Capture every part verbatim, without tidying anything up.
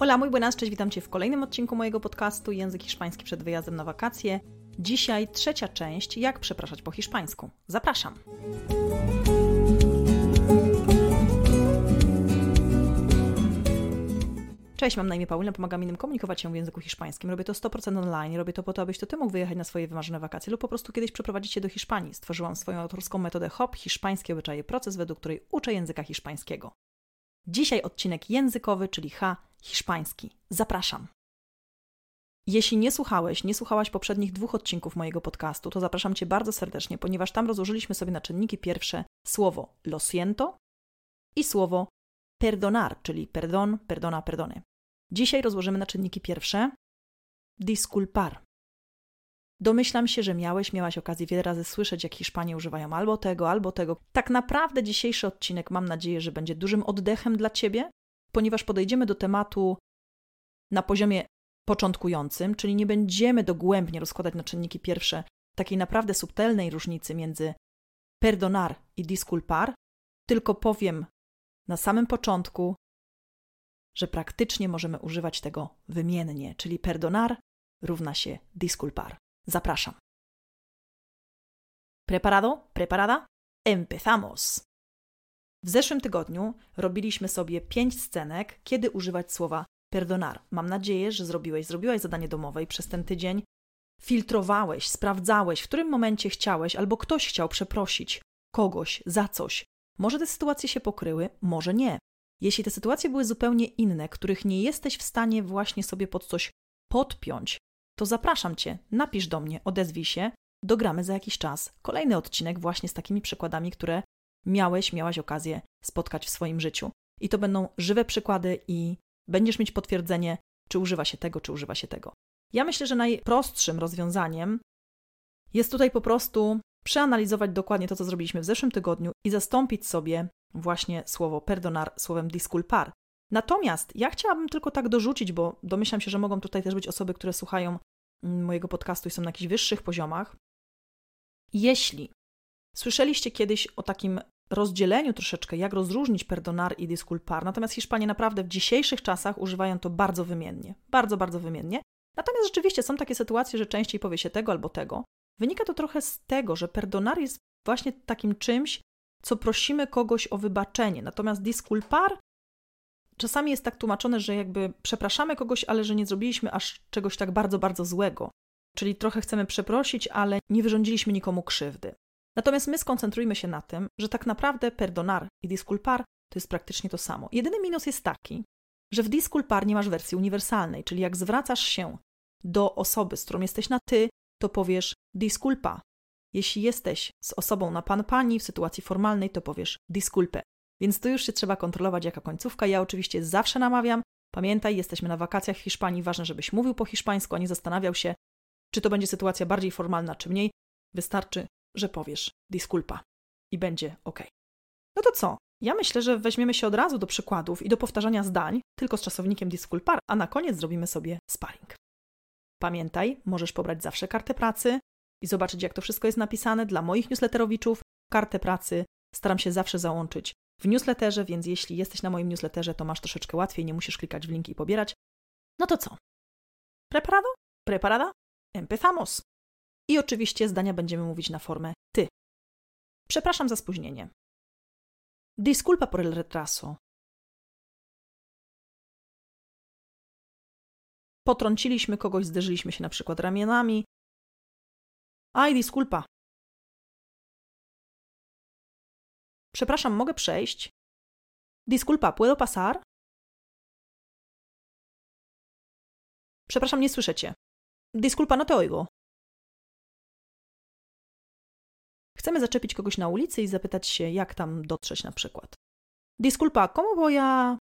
Hola, muy buenas, cześć, witam Cię w kolejnym odcinku mojego podcastu Język hiszpański przed wyjazdem na wakacje. Dzisiaj trzecia część, jak przepraszać po hiszpańsku. Zapraszam! Cześć, mam na imię Paulina, pomagam innym komunikować się w języku hiszpańskim. Robię to sto procent online, robię to po to, abyś to Ty mógł wyjechać na swoje wymarzone wakacje lub po prostu kiedyś przeprowadzić się do Hiszpanii. Stworzyłam swoją autorską metodę H O P, hiszpańskie obyczaje, proces, według której uczę języka hiszpańskiego. Dzisiaj odcinek językowy, czyli H, hiszpański. Zapraszam! Jeśli nie słuchałeś, nie słuchałaś poprzednich dwóch odcinków mojego podcastu, to zapraszam Cię bardzo serdecznie, ponieważ tam rozłożyliśmy sobie na czynniki pierwsze słowo lo siento i słowo perdonar, czyli perdon, perdona, perdone. Dzisiaj rozłożymy na czynniki pierwsze disculpar. Domyślam się, że miałeś, miałaś okazję wiele razy słyszeć, jak Hiszpanie używają albo tego, albo tego. Tak naprawdę dzisiejszy odcinek mam nadzieję, że będzie dużym oddechem dla Ciebie, ponieważ podejdziemy do tematu na poziomie początkującym, czyli nie będziemy dogłębnie rozkładać na czynniki pierwsze takiej naprawdę subtelnej różnicy między perdonar i disculpar, tylko powiem na samym początku, że praktycznie możemy używać tego wymiennie, czyli perdonar równa się disculpar. Zapraszam. ¿Preparado? ¿Preparada? Empezamos! W zeszłym tygodniu robiliśmy sobie pięć scenek, kiedy używać słowa perdonar. Mam nadzieję, że zrobiłeś, zrobiłaś zadanie domowe i przez ten tydzień filtrowałeś, sprawdzałeś, w którym momencie chciałeś albo ktoś chciał przeprosić kogoś za coś. Może te sytuacje się pokryły, może nie. Jeśli te sytuacje były zupełnie inne, których nie jesteś w stanie właśnie sobie pod coś podpiąć, to zapraszam Cię, napisz do mnie, odezwij się, dogramy za jakiś czas kolejny odcinek właśnie z takimi przykładami, które miałeś, miałaś okazję spotkać w swoim życiu. I to będą żywe przykłady i będziesz mieć potwierdzenie, czy używa się tego, czy używa się tego. Ja myślę, że najprostszym rozwiązaniem jest tutaj po prostu przeanalizować dokładnie to, co zrobiliśmy w zeszłym tygodniu i zastąpić sobie właśnie słowo perdonar słowem disculpar. Natomiast ja chciałabym tylko tak dorzucić, bo domyślam się, że mogą tutaj też być osoby, które słuchają mojego podcastu i są na jakichś wyższych poziomach. Jeśli słyszeliście kiedyś o takim rozdzieleniu troszeczkę, jak rozróżnić perdonar i disculpar, natomiast Hiszpanie naprawdę w dzisiejszych czasach używają to bardzo wymiennie. Bardzo, bardzo wymiennie. Natomiast rzeczywiście są takie sytuacje, że częściej powie się tego albo tego. Wynika to trochę z tego, że perdonar jest właśnie takim czymś, co prosimy kogoś o wybaczenie. Natomiast disculpar czasami jest tak tłumaczone, że jakby przepraszamy kogoś, ale że nie zrobiliśmy aż czegoś tak bardzo, bardzo złego. Czyli trochę chcemy przeprosić, ale nie wyrządziliśmy nikomu krzywdy. Natomiast my skoncentrujmy się na tym, że tak naprawdę perdonar i disculpar to jest praktycznie to samo. Jedyny minus jest taki, że w disculpar nie masz wersji uniwersalnej, czyli jak zwracasz się do osoby, z którą jesteś na ty, to powiesz disculpa. Jeśli jesteś z osobą na pan, pani w sytuacji formalnej, to powiesz disculpe. Więc tu już się trzeba kontrolować jaka końcówka. Ja oczywiście zawsze namawiam. Pamiętaj, jesteśmy na wakacjach w Hiszpanii. Ważne, żebyś mówił po hiszpańsku, a nie zastanawiał się, czy to będzie sytuacja bardziej formalna, czy mniej. Wystarczy, że powiesz disculpa i będzie ok. No to co? Ja myślę, że weźmiemy się od razu do przykładów i do powtarzania zdań, tylko z czasownikiem disculpar, a na koniec zrobimy sobie sparring. Pamiętaj, możesz pobrać zawsze kartę pracy i zobaczyć, jak to wszystko jest napisane. Dla moich newsletterowiczów kartę pracy staram się zawsze załączyć w newsletterze, więc jeśli jesteś na moim newsletterze, to masz troszeczkę łatwiej, nie musisz klikać w linki i pobierać. No to co? Preparado? Preparada? Empezamos! I oczywiście zdania będziemy mówić na formę ty. Przepraszam za spóźnienie. Disculpa por el retraso. Potrąciliśmy kogoś, zderzyliśmy się na przykład ramionami. Ay, disculpa. Przepraszam, mogę przejść? Disculpa, ¿puedo pasar? Przepraszam, nie słyszę Cię. Disculpa, no te oigo. Chcemy zaczepić kogoś na ulicy i zapytać się, jak tam dotrzeć na przykład. Disculpa, ¿cómo voy a...?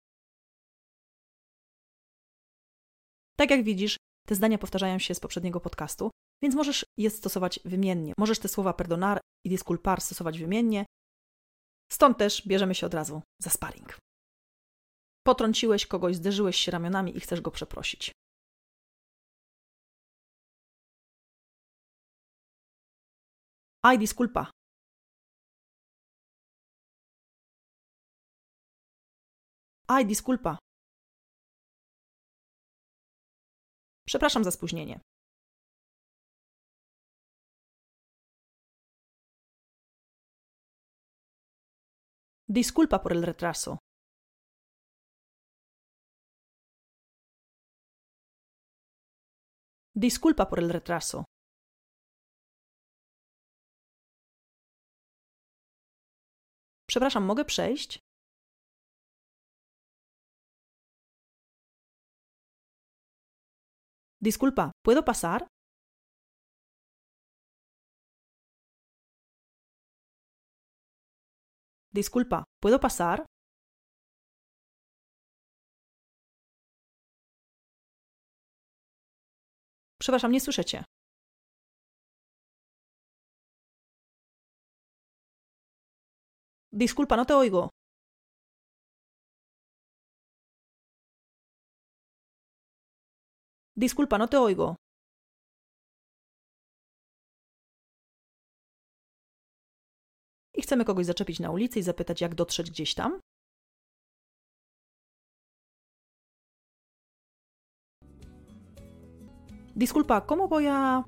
Tak jak widzisz, te zdania powtarzają się z poprzedniego podcastu, więc możesz je stosować wymiennie. Możesz te słowa perdonar i disculpar stosować wymiennie. Stąd też bierzemy się od razu za sparring. Potrąciłeś kogoś, zderzyłeś się ramionami i chcesz go przeprosić. Ay, disculpa. Ay, disculpa. Przepraszam za spóźnienie. Disculpa por el retraso. Disculpa por el retraso. Przepraszam, mogę przejść? Disculpa, ¿puedo pasar? Disculpa, ¿puedo pasar? Przepraszam, nie słyszę cię. Disculpa, no te oigo. Disculpa, no te oigo. I chcemy kogoś zaczepić na ulicy i zapytać, jak dotrzeć gdzieś tam. Disculpa, ¿cómo voy a...?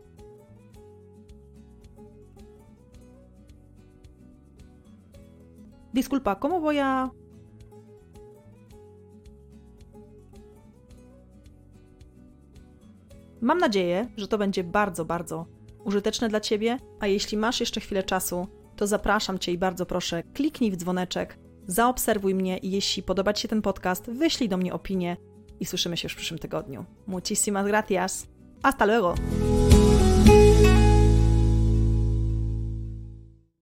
Disculpa, ¿cómo voy a...? Mam nadzieję, że to będzie bardzo, bardzo użyteczne dla Ciebie, a jeśli masz jeszcze chwilę czasu, to zapraszam Cię i bardzo proszę, kliknij w dzwoneczek, zaobserwuj mnie i jeśli podoba Ci się ten podcast, wyślij do mnie opinię i słyszymy się już w przyszłym tygodniu. Muchísimas gracias. Hasta luego!